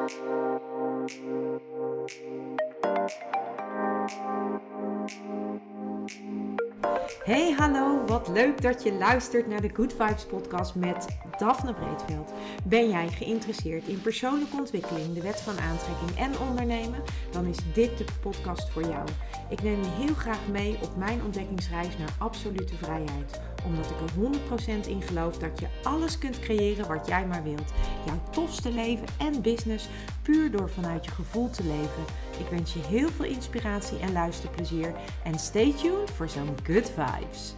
Hey, hallo, wat leuk dat je luistert naar de Good Vibes podcast met Daphne Breedveld. Ben jij geïnteresseerd in persoonlijke ontwikkeling, de wet van aantrekking en ondernemen? Dan is dit de podcast voor jou. Ik neem je heel graag mee op mijn ontdekkingsreis naar absolute vrijheid. Omdat ik er 100% in geloof dat je alles kunt creëren wat jij maar wilt. Jouw tofste leven en business puur door vanuit je gevoel te leven. Ik wens je heel veel inspiratie en luisterplezier. En stay tuned voor zo'n good vibes.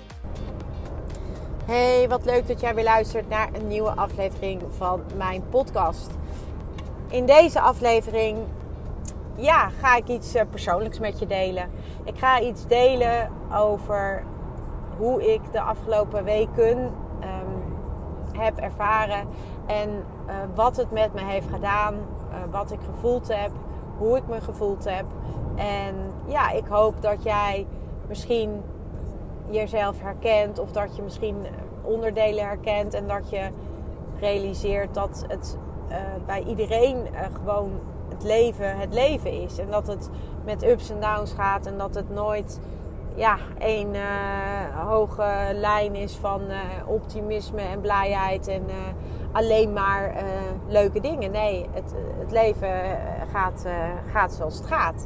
Hey, wat leuk dat jij weer luistert naar een nieuwe aflevering van mijn podcast. In deze aflevering ga ik iets persoonlijks met je delen. Ik ga iets delen over hoe ik de afgelopen weken heb ervaren. En wat het met me heeft gedaan. Wat ik gevoeld heb. Hoe ik me gevoeld heb. En ja, ik hoop dat jij misschien jezelf herkent. Of dat je misschien onderdelen herkent. En dat je realiseert dat het bij iedereen gewoon het leven is. En dat het met ups en downs gaat. En dat het nooit één hoge lijn is van optimisme en blijheid. En alleen maar leuke dingen. Nee, het leven gaat zoals het gaat.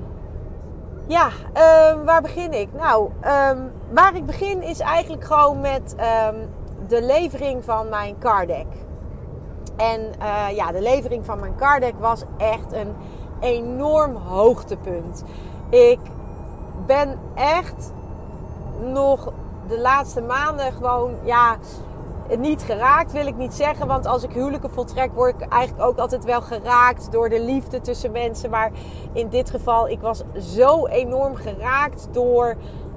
Ja, waar begin ik? Nou, waar ik begin is eigenlijk gewoon met de levering van mijn card deck. En de levering van mijn card deck was echt een enorm hoogtepunt. Ik ben echt nog de laatste maanden gewoon, niet geraakt wil ik niet zeggen. Want als ik huwelijken voltrek word ik eigenlijk ook altijd wel geraakt door de liefde tussen mensen. Maar in dit geval, ik was zo enorm geraakt door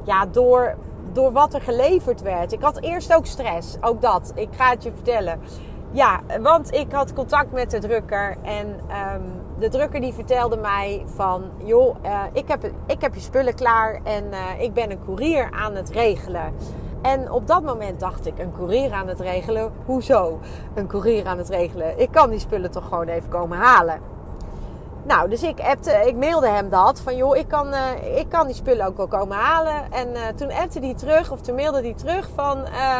wat er geleverd werd. Ik had eerst ook stress, ook dat. Ik ga het je vertellen. Ja, want ik had contact met de drukker en de drukker die vertelde mij van, joh, ik heb je spullen klaar en ik ben een koerier aan het regelen. En op dat moment dacht ik, een koerier aan het regelen? Hoezo een koerier aan het regelen? Ik kan die spullen toch gewoon even komen halen? Nou, dus ik mailde hem dat. Van joh, ik kan die spullen ook wel komen halen. En toen mailde hij terug van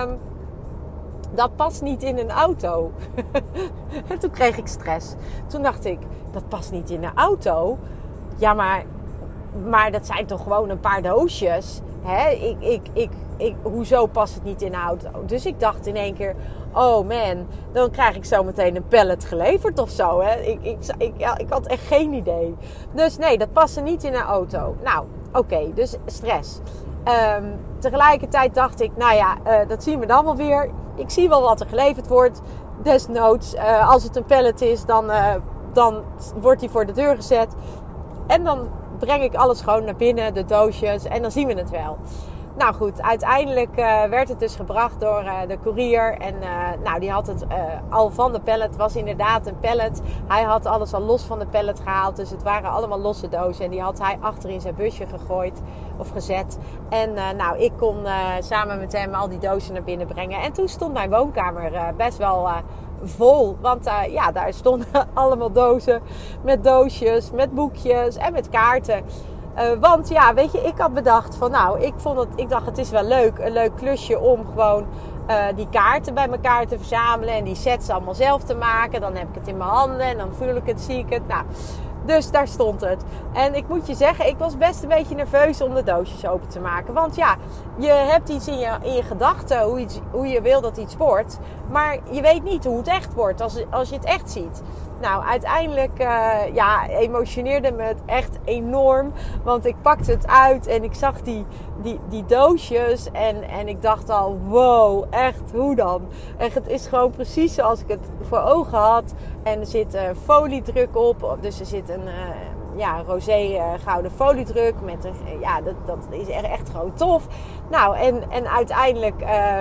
dat past niet in een auto. En toen kreeg ik stress. Toen dacht ik, dat past niet in een auto? Ja, maar dat zijn toch gewoon een paar doosjes? Hè? Hoezo past het niet in een auto? Dus ik dacht in één keer, oh man, dan krijg ik zo meteen een pallet geleverd of zo. Hè? Ik had echt geen idee. Dus nee, dat paste niet in een auto. Nou, oké, dus stress. Tegelijkertijd dacht ik, dat zien we dan wel weer. Ik zie wel wat er geleverd wordt. Desnoods, als het een pallet is, dan wordt die voor de deur gezet. En dan breng ik alles gewoon naar binnen, de doosjes. En dan zien we het wel. Nou goed, uiteindelijk werd het dus gebracht door de koerier. En die had het al van de pallet. Het was inderdaad een pallet. Hij had alles al los van de pallet gehaald. Dus het waren allemaal losse dozen. En die had hij achter in zijn busje gegooid of gezet. En ik kon samen met hem al die dozen naar binnen brengen. En toen stond mijn woonkamer best wel vol. Want daar stonden allemaal dozen met doosjes, met boekjes en met kaarten. Want weet je, ik had bedacht van ik dacht het is wel leuk, een leuk klusje om gewoon die kaarten bij elkaar te verzamelen en die sets allemaal zelf te maken. Dan heb ik het in mijn handen en dan voel ik het, zie ik het. Nou, dus daar stond het. En ik moet je zeggen, ik was best een beetje nerveus om de doosjes open te maken. Want je hebt iets in je gedachten, hoe je wil dat iets wordt. Maar je weet niet hoe het echt wordt als je het echt ziet. Nou, uiteindelijk emotioneerde me het echt enorm. Want ik pakte het uit en ik zag die doosjes. En ik dacht al, wow, echt, hoe dan? Echt, het is gewoon precies zoals ik het voor ogen had. En er zit foliedruk op. Dus er zit een roze gouden foliedruk. Dat is echt gewoon tof. Nou, en uiteindelijk,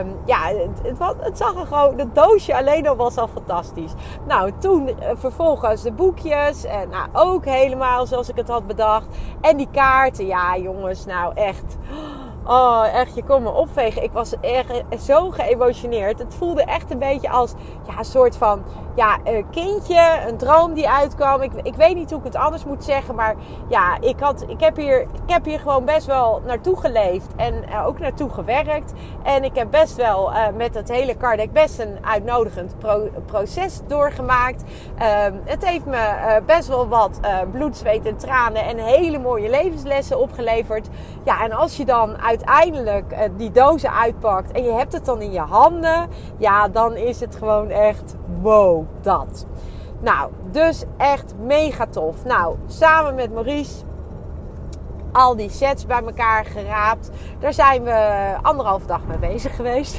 het zag er gewoon, het doosje alleen al was al fantastisch. Nou, toen vervolgens de boekjes. Ook helemaal zoals ik het had bedacht. En die kaarten, ja jongens, nou echt. Oh, echt, je kon me opvegen. Ik was echt zo geëmotioneerd. Het voelde echt een beetje als een soort van kindje, een droom die uitkwam. Ik weet niet hoe ik het anders moet zeggen. Maar ja, ik heb hier gewoon best wel naartoe geleefd. En ook naartoe gewerkt. En ik heb best wel met het hele Kardec best een uitnodigend proces doorgemaakt. Het heeft me best wel wat bloed, zweet en tranen en hele mooie levenslessen opgeleverd. Ja, en als je dan uiteindelijk die dozen uitpakt en je hebt het dan in je handen, ja, dan is het gewoon echt wow, dat. Nou, dus echt mega tof. Nou, samen met Maurice al die sets bij elkaar geraapt. Daar zijn we 1,5 dag mee bezig geweest.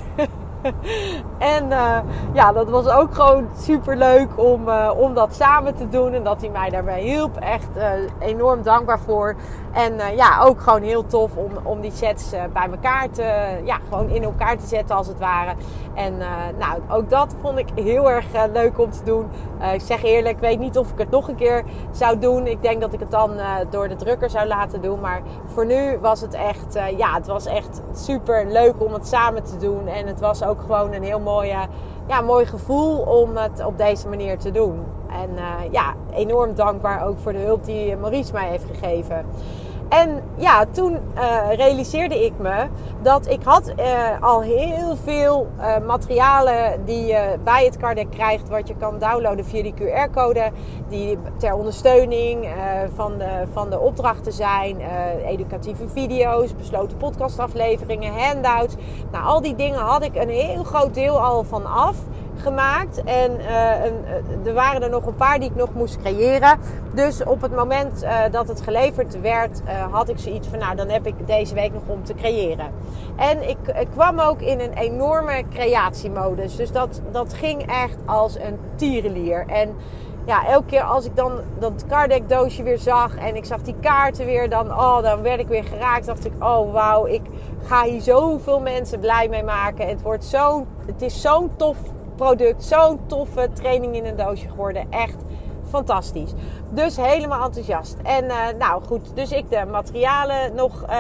En dat was ook gewoon super leuk om dat samen te doen. En dat hij mij daarbij hielp. Echt enorm dankbaar voor. En ook gewoon heel tof om die sets bij elkaar gewoon in elkaar te zetten als het ware. En ook dat vond ik heel erg leuk om te doen. Ik zeg eerlijk, ik weet niet of ik het nog een keer zou doen. Ik denk dat ik het dan door de drukker zou laten doen. Maar voor nu was het echt, het was echt super leuk om het samen te doen. En het was ook gewoon een heel mooi gevoel om het op deze manier te doen. En enorm dankbaar ook voor de hulp die Maurice mij heeft gegeven. En ja, toen realiseerde ik me dat ik had al heel veel materialen die je bij het Kardec krijgt, wat je kan downloaden via die QR-code, die ter ondersteuning van de opdrachten zijn, educatieve video's, besloten podcastafleveringen, handouts. Nou, al die dingen had ik een heel groot deel al van afgemaakt. En er waren er nog een paar die ik nog moest creëren. Dus op het moment dat het geleverd werd, had ik zoiets van, nou, dan heb ik deze week nog om te creëren. En ik kwam ook in een enorme creatiemodus. Dus dat ging echt als een tierenlier. En ja, elke keer als ik dan dat Kardec doosje weer zag en ik zag die kaarten weer, dan werd ik weer geraakt. Dacht ik, oh wauw, ik ga hier zoveel mensen blij mee maken. Het is zo'n tof product, zo'n toffe training in een doosje geworden. Echt fantastisch. Dus helemaal enthousiast. En goed, dus ik de materialen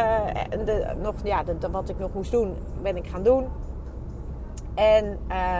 wat ik nog moest doen, ben ik gaan doen. En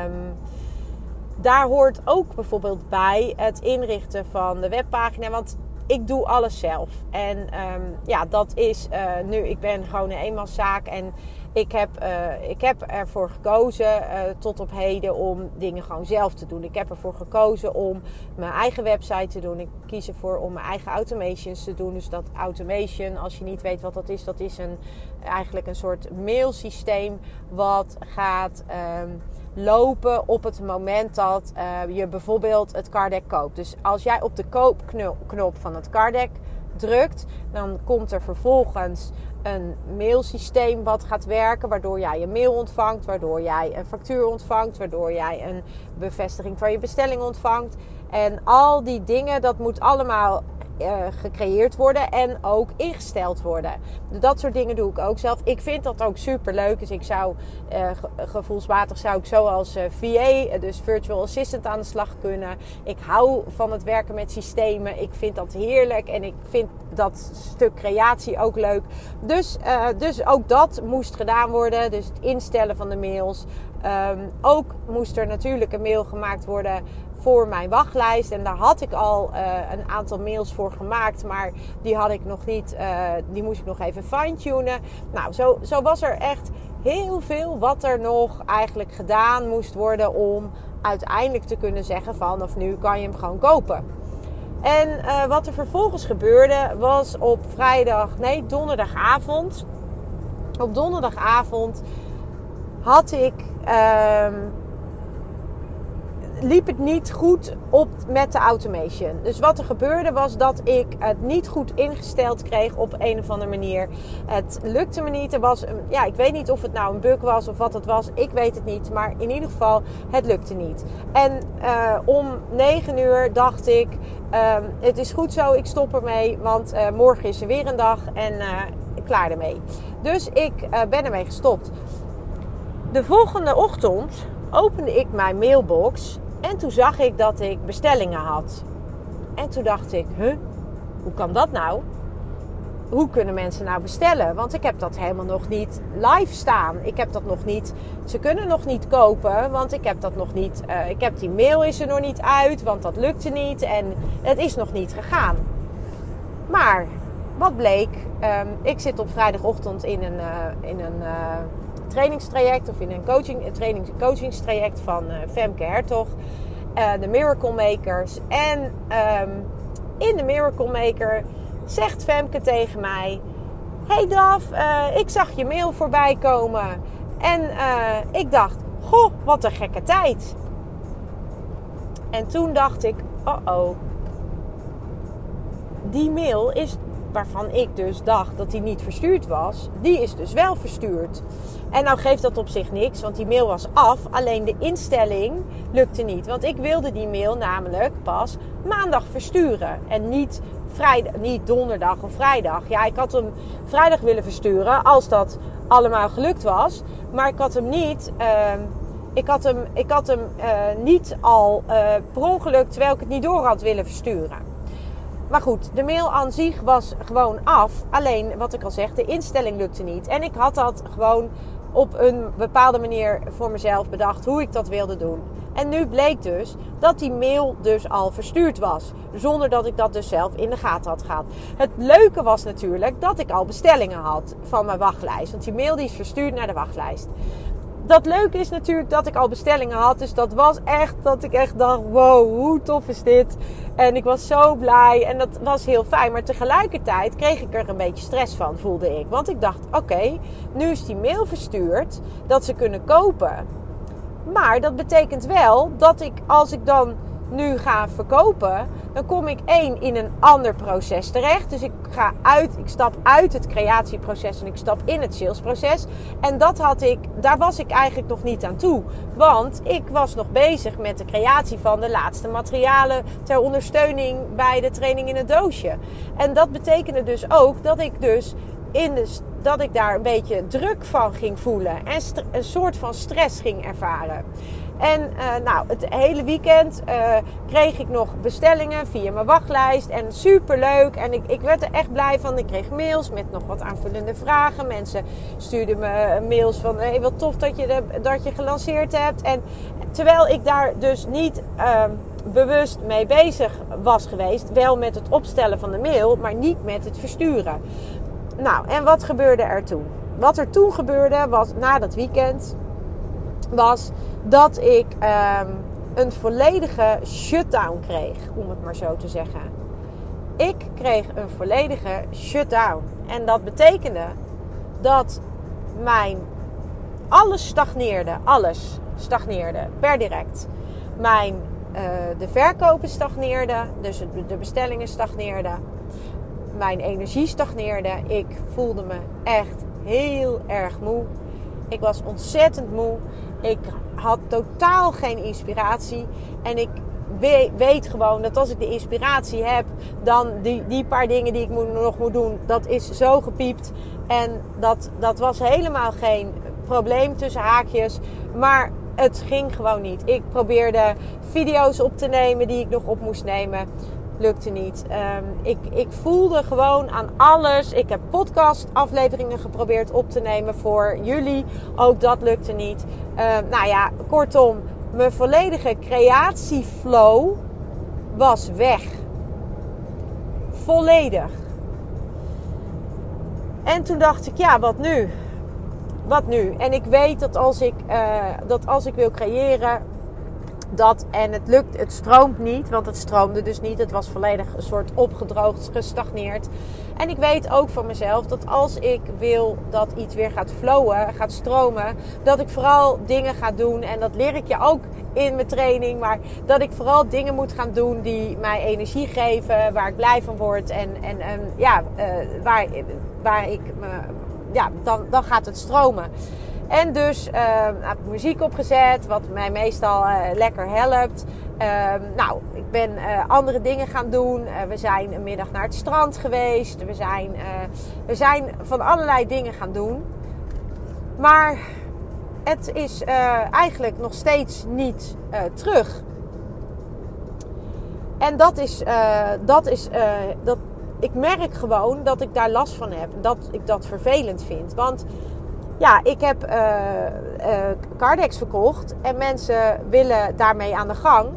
daar hoort ook bijvoorbeeld bij het inrichten van de webpagina. Want ik doe alles zelf. En dat is nu, ik ben gewoon een eenmanszaak. En ik heb ervoor gekozen tot op heden om dingen gewoon zelf te doen. Ik heb ervoor gekozen om mijn eigen website te doen. Ik kies ervoor om mijn eigen automations te doen. Dus dat automation, als je niet weet wat dat is eigenlijk een soort mailsysteem wat gaat lopen op het moment dat je bijvoorbeeld het Kardec koopt. Dus als jij op de koopknop van het Kardec drukt, dan komt er vervolgens een mailsysteem wat gaat werken, waardoor jij een mail ontvangt, waardoor jij een factuur ontvangt, waardoor jij een bevestiging van je bestelling ontvangt. En al die dingen, dat moet allemaal gecreëerd worden en ook ingesteld worden. Dat soort dingen doe ik ook zelf. Ik vind dat ook super leuk. Dus ik zou gevoelsmatig zo als VA, dus Virtual Assistant, aan de slag kunnen. Ik hou van het werken met systemen. Ik vind dat heerlijk en ik vind dat stuk creatie ook leuk. Dus ook dat moest gedaan worden. Dus het instellen van de mails. Ook moest er natuurlijk een mail gemaakt worden voor mijn wachtlijst. En daar had ik al een aantal mails voor gemaakt. Maar die had ik nog niet. Die moest ik nog even fine-tunen. Nou, zo was er echt heel veel wat er nog eigenlijk gedaan moest worden om uiteindelijk te kunnen zeggen vanaf nu kan je hem gewoon kopen. En wat er vervolgens gebeurde was op donderdagavond. Op donderdagavond liep het niet goed op met de automation. Dus wat er gebeurde was dat ik het niet goed ingesteld kreeg op een of andere manier. Het lukte me niet. Ik weet niet of het nou een bug was of wat het was. Ik weet het niet. Maar in ieder geval, het lukte niet. En om 9:00 dacht ik, het is goed zo, ik stop ermee. Want morgen is er weer een dag en klaar ermee. Dus ik ben ermee gestopt. De volgende ochtend opende ik mijn mailbox en toen zag ik dat ik bestellingen had. En toen dacht ik, hoe kan dat nou? hoe kunnen mensen nou bestellen? Want ik heb dat helemaal nog niet live staan. Ik heb dat nog niet. Ze kunnen nog niet kopen, want ik heb dat nog niet. Die mail is er nog niet uit, want dat lukte niet. En het is nog niet gegaan. Maar wat bleek? Ik zit op vrijdagochtend in een trainingstraject of in een coachingstraject van Femke Hertog, de Miracle Makers. En in de Miracle Maker zegt Femke tegen mij: hey Daf, ik zag je mail voorbij komen. En ik dacht, goh, wat een gekke tijd. En toen dacht ik, die mail is, waarvan ik dus dacht dat die niet verstuurd was, die is dus wel verstuurd. En nou geeft dat op zich niks, want die mail was af. Alleen de instelling lukte niet. Want ik wilde die mail namelijk pas maandag versturen. En niet donderdag of vrijdag. Ja, ik had hem vrijdag willen versturen als dat allemaal gelukt was. Maar ik had hem niet... Ik had hem niet al per ongeluk, terwijl ik het niet door had willen versturen. Maar goed, de mail aan zich was gewoon af. Alleen, wat ik al zeg, de instelling lukte niet. En ik had dat gewoon op een bepaalde manier voor mezelf bedacht hoe ik dat wilde doen. En nu bleek dus dat die mail dus al verstuurd was. Zonder dat ik dat dus zelf in de gaten had gehad. Het leuke was natuurlijk dat ik al bestellingen had van mijn wachtlijst. Want die mail die is verstuurd naar de wachtlijst. Dat leuke is natuurlijk dat ik al bestellingen had. Dus dat was echt dat ik echt dacht, wow, hoe tof is dit? En ik was zo blij en dat was heel fijn. Maar tegelijkertijd kreeg ik er een beetje stress van, voelde ik. Want ik dacht, oké, nu is die mail verstuurd dat ze kunnen kopen. Maar dat betekent wel dat als ik dan nu ga verkopen, dan kom ik in een ander proces terecht. Dus ik stap uit het creatieproces en ik stap in het salesproces. En daar was ik eigenlijk nog niet aan toe. Want ik was nog bezig met de creatie van de laatste materialen ter ondersteuning bij de training in het doosje. En dat betekende dus ook dat ik dat ik daar een beetje druk van ging voelen. En een soort van stress ging ervaren. En het hele weekend kreeg ik nog bestellingen via mijn wachtlijst. En superleuk. En ik werd er echt blij van. Ik kreeg mails met nog wat aanvullende vragen. Mensen stuurden me mails van: hey, wat tof dat je gelanceerd hebt. En terwijl ik daar dus niet bewust mee bezig was geweest. Wel met het opstellen van de mail, maar niet met het versturen. Nou, en wat gebeurde er toen? Wat er toen gebeurde was, na dat weekend, was dat ik een volledige shutdown kreeg, om het maar zo te zeggen. Ik kreeg een volledige shutdown. En dat betekende dat alles stagneerde per direct. De verkopen stagneerden, dus de bestellingen stagneerden. Mijn energie stagneerde. Ik voelde me echt heel erg moe. Ik was ontzettend moe. Ik had totaal geen inspiratie. En ik weet gewoon dat als ik de inspiratie heb, dan die paar dingen die ik nog moet doen, dat is zo gepiept. En dat was helemaal geen probleem tussen haakjes. Maar het ging gewoon niet. Ik probeerde video's op te nemen die ik nog op moest nemen. Lukte niet. Ik voelde gewoon aan alles. Ik heb podcastafleveringen geprobeerd op te nemen voor jullie. Ook dat lukte niet. Kortom, mijn volledige creatieflow was weg. Volledig. En toen dacht ik, ja, wat nu? Wat nu? En ik weet dat als ik wil creëren, het stroomt niet, want het stroomde dus niet. Het was volledig een soort opgedroogd, gestagneerd. En ik weet ook van mezelf dat als ik wil dat iets weer gaat flowen, gaat stromen, dat ik vooral dingen ga doen. En dat leer ik je ook in mijn training. Maar dat ik vooral dingen moet gaan doen die mij energie geven, waar ik blij van word. Dan gaat het stromen. En dus heb ik muziek opgezet, wat mij meestal lekker helpt. Ik ben andere dingen gaan doen. We zijn een middag naar het strand geweest. We zijn van allerlei dingen gaan doen. Maar het is eigenlijk nog steeds niet terug. En dat ik merk gewoon dat ik daar last van heb. Dat ik dat vervelend vind. Want ja, ik heb Cardex verkocht en mensen willen daarmee aan de gang.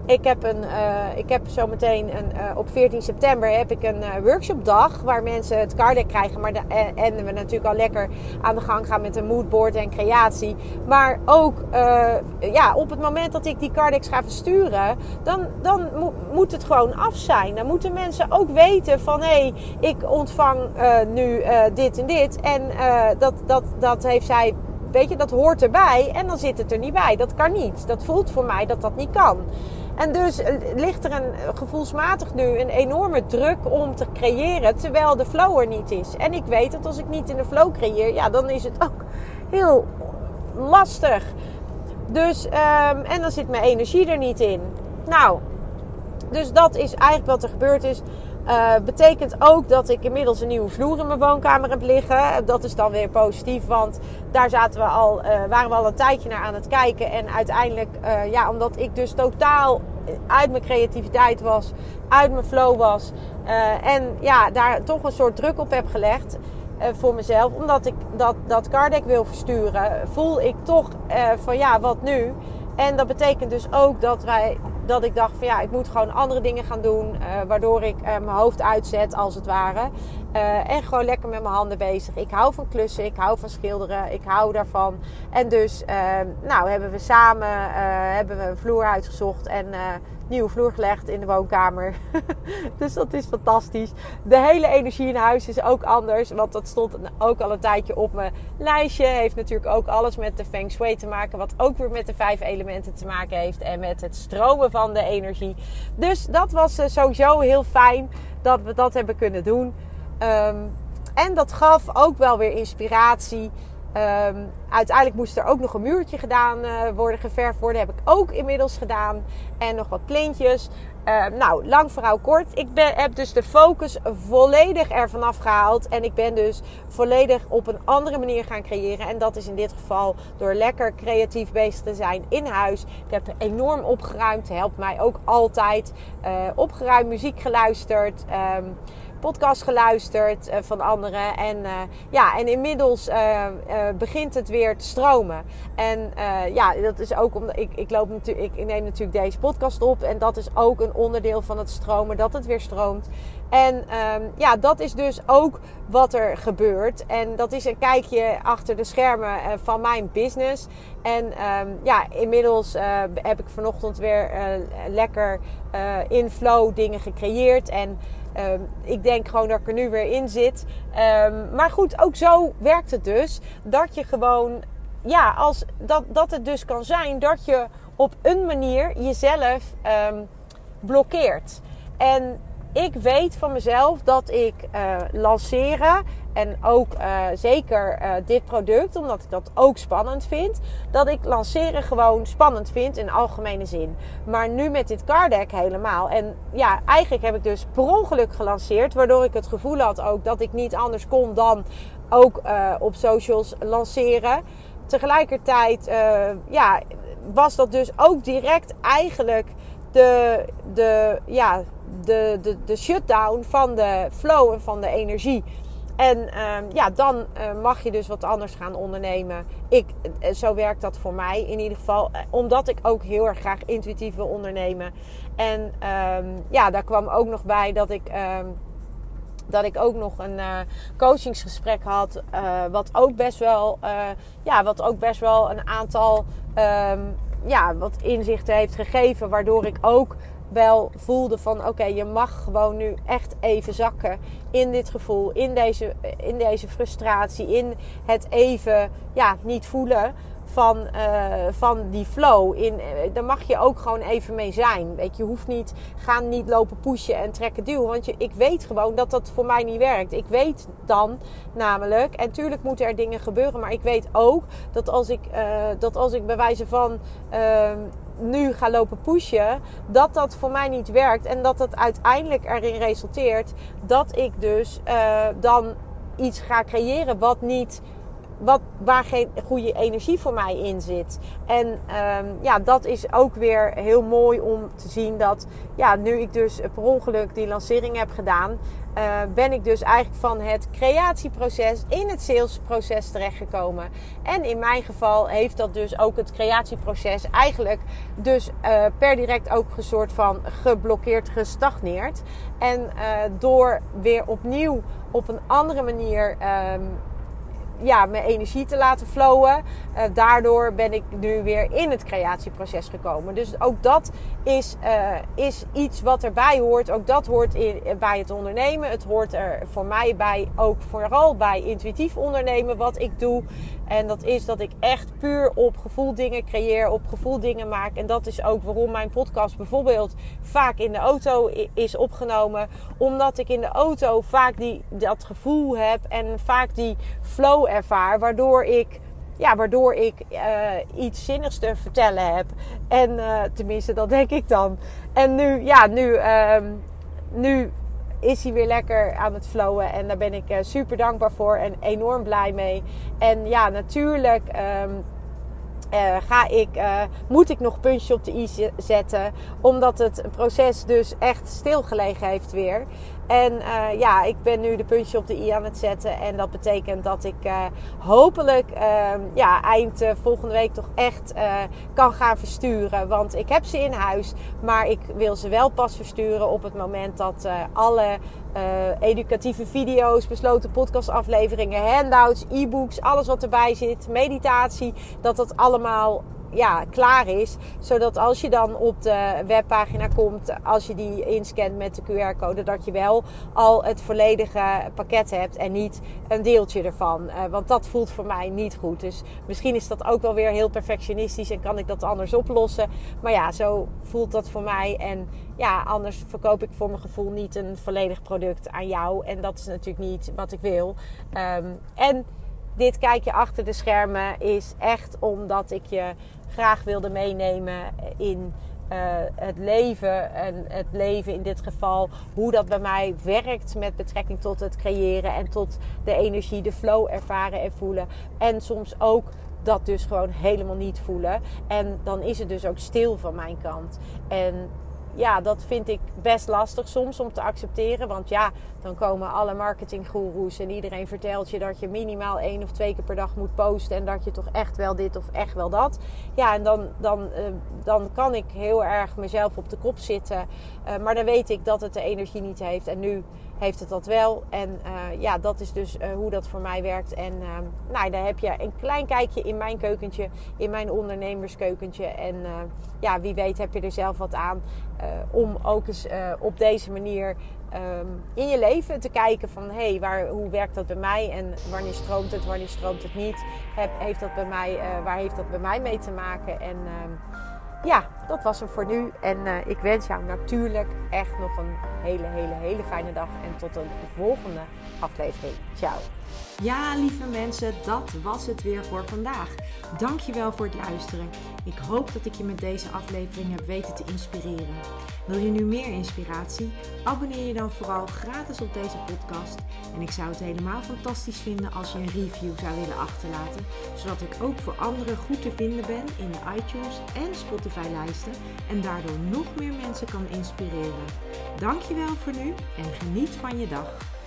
Ik heb zometeen op 14 september heb ik een workshopdag waar mensen het Cardex krijgen. En we natuurlijk al lekker aan de gang gaan met een moodboard en creatie. Maar ook op het moment dat ik die Cardex ga versturen, dan moet het gewoon af zijn. Dan moeten mensen ook weten van hé, ik ontvang nu dit en dit. En dat heeft zij, weet je, dat hoort erbij. En dan zit het er niet bij. Dat kan niet. Dat voelt voor mij dat niet kan. En dus ligt er gevoelsmatig nu een enorme druk om te creëren, terwijl de flow er niet is. En ik weet dat als ik niet in de flow creëer, ja, dan is het ook heel lastig. Dus, en dan zit mijn energie er niet in. Nou, dus dat is eigenlijk wat er gebeurd is. Betekent ook dat ik inmiddels een nieuwe vloer in mijn woonkamer heb liggen. Dat is dan weer positief, want daar waren we al een tijdje naar aan het kijken. En uiteindelijk, omdat ik dus totaal uit mijn creativiteit was, uit mijn flow was. En ja, daar toch een soort druk op heb gelegd voor mezelf. Omdat ik dat Cardex wil versturen, voel ik toch van ja, wat nu? En dat betekent dus ook dat ik dacht van ja, ik moet gewoon andere dingen gaan doen. Waardoor ik mijn hoofd uitzet als het ware. En gewoon lekker met mijn handen bezig. Ik hou van klussen, ik hou van schilderen, ik hou daarvan. En dus hebben we samen een vloer uitgezocht en nieuwe vloer gelegd in de woonkamer. Dus dat is fantastisch. De hele energie in huis is ook anders. Want dat stond ook al een tijdje op mijn lijstje. Heeft natuurlijk ook alles met de Feng Shui te maken. Wat ook weer met de 5 elementen te maken heeft. En met het stromen van de energie. Dus dat was sowieso heel fijn dat we dat hebben kunnen doen. En dat gaf ook wel weer inspiratie. Uiteindelijk moest er ook nog een muurtje gedaan worden, geverfd worden. Heb ik ook inmiddels gedaan. En nog wat plintjes. Lang verhaal kort. Ik heb dus de focus volledig ervan afgehaald. En ik ben dus volledig op een andere manier gaan creëren. En dat is in dit geval door lekker creatief bezig te zijn in huis. Ik heb er enorm opgeruimd. Helpt mij ook altijd. Opgeruimd, muziek geluisterd. Podcast geluisterd van anderen. En inmiddels begint het weer te stromen. En dat is ook omdat ik neem natuurlijk deze podcast op. En dat is ook een onderdeel van het stromen. Dat het weer stroomt. En dat is dus ook wat er gebeurt. En dat is een kijkje achter de schermen van mijn business. En inmiddels heb ik vanochtend weer lekker in flow dingen gecreëerd. En ik denk gewoon dat ik er nu weer in zit. Maar goed, ook zo werkt het dus. Dat je gewoon, dat het dus kan zijn dat je op een manier jezelf blokkeert. En ik weet van mezelf dat ik lanceren en ook zeker dit product, omdat ik dat ook spannend vind, dat ik lanceren gewoon spannend vind in algemene zin. Maar nu met dit Cardex helemaal. En ja, eigenlijk heb ik dus per ongeluk gelanceerd, waardoor ik het gevoel had ook dat ik niet anders kon dan ook op socials lanceren. Tegelijkertijd was dat dus ook direct eigenlijk de shutdown van de flow en van de energie. En dan mag je dus wat anders gaan ondernemen. Zo werkt dat voor mij in ieder geval. Omdat ik ook heel erg graag intuïtief wil ondernemen. En daar kwam ook nog bij dat ik ook nog een coachingsgesprek had. Wat ook best wel een aantal wat inzichten heeft gegeven. Waardoor ik ook wel voelde van oké, je mag gewoon nu echt even zakken in dit gevoel, in deze frustratie, in het even niet voelen van die flow. Daar mag je ook gewoon even mee zijn. Weet je, hoeft niet, gaan niet lopen pushen en trekken duwen. Want ik weet gewoon dat dat voor mij niet werkt. Ik weet dan namelijk, en tuurlijk moeten er dingen gebeuren, maar ik weet ook dat als ik bij wijze van nu ga lopen pushen, dat voor mij niet werkt. En dat het uiteindelijk erin resulteert dat ik dus dan iets ga creëren wat niet waar geen goede energie voor mij in zit. En dat is ook weer heel mooi om te zien dat nu ik dus per ongeluk die lancering heb gedaan, ben ik dus eigenlijk van het creatieproces in het salesproces terechtgekomen. En in mijn geval heeft dat dus ook het creatieproces eigenlijk dus per direct ook een soort van geblokkeerd, gestagneerd. En door weer opnieuw op een andere manier mijn energie te laten flowen. Daardoor ben ik nu weer in het creatieproces gekomen. Dus ook dat is iets wat erbij hoort. Ook dat hoort bij het ondernemen. Het hoort er voor mij bij, ook vooral bij intuïtief ondernemen, wat ik doe. En dat is dat ik echt puur op gevoel dingen creëer, op gevoel dingen maak. En dat is ook waarom mijn podcast bijvoorbeeld vaak in de auto is opgenomen. Omdat ik in de auto vaak dat gevoel heb en vaak die flow ervaar. Waardoor ik iets zinnigs te vertellen heb. En tenminste, dat denk ik dan. En nu is hij weer lekker aan het flowen. En daar ben ik super dankbaar voor en enorm blij mee. En ja, natuurlijk moet ik nog puntjes op de i zetten. Omdat het proces dus echt stilgelegen heeft weer. En ik ben nu de puntjes op de i aan het zetten. En dat betekent dat ik hopelijk eind volgende week toch echt kan gaan versturen. Want ik heb ze in huis. Maar ik wil ze wel pas versturen op het moment dat alle educatieve video's, besloten podcastafleveringen, handouts, e-books, alles wat erbij zit, meditatie, dat allemaal klaar is. Zodat als je dan op de webpagina komt, als je die inscant met de QR-code, dat je wel al het volledige pakket hebt en niet een deeltje ervan. Want dat voelt voor mij niet goed. Dus misschien is dat ook wel weer heel perfectionistisch en kan ik dat anders oplossen. Maar ja, zo voelt dat voor mij. En anders verkoop ik voor mijn gevoel niet een volledig product aan jou. En dat is natuurlijk niet wat ik wil. En dit kijkje achter de schermen is echt omdat ik je graag wilde meenemen in het leven. En het leven in dit geval, hoe dat bij mij werkt met betrekking tot het creëren en tot de energie, de flow ervaren en voelen. En soms ook dat dus gewoon helemaal niet voelen. En dan is het dus ook stil van mijn kant. En dat vind ik best lastig soms om te accepteren. Want dan komen alle marketinggoeroes en iedereen vertelt je dat je minimaal 1 of 2 keer per dag moet posten. En dat je toch echt wel dit of echt wel dat. Ja, en dan kan ik heel erg mezelf op de kop zitten. Maar dan weet ik dat het de energie niet heeft. En nu heeft het dat wel. En dat is dus hoe dat voor mij werkt. En daar heb je een klein kijkje in mijn keukentje. In mijn ondernemerskeukentje. En wie weet heb je er zelf wat aan. Om ook eens op deze manier in je leven te kijken van hoe werkt dat bij mij en wanneer stroomt het niet, waar heeft dat bij mij mee te maken. En dat was hem voor nu en ik wens jou natuurlijk echt nog een hele fijne dag en tot een volgende aflevering. Ciao. Ja, lieve mensen, dat was het weer voor vandaag. Dankjewel voor het luisteren. Ik hoop dat ik je met deze aflevering heb weten te inspireren. Wil je nu meer inspiratie? Abonneer je dan vooral gratis op deze podcast. En ik zou het helemaal fantastisch vinden als je een review zou willen achterlaten. Zodat ik ook voor anderen goed te vinden ben in de iTunes en Spotify lijsten. En daardoor nog meer mensen kan inspireren. Dankjewel voor nu en geniet van je dag.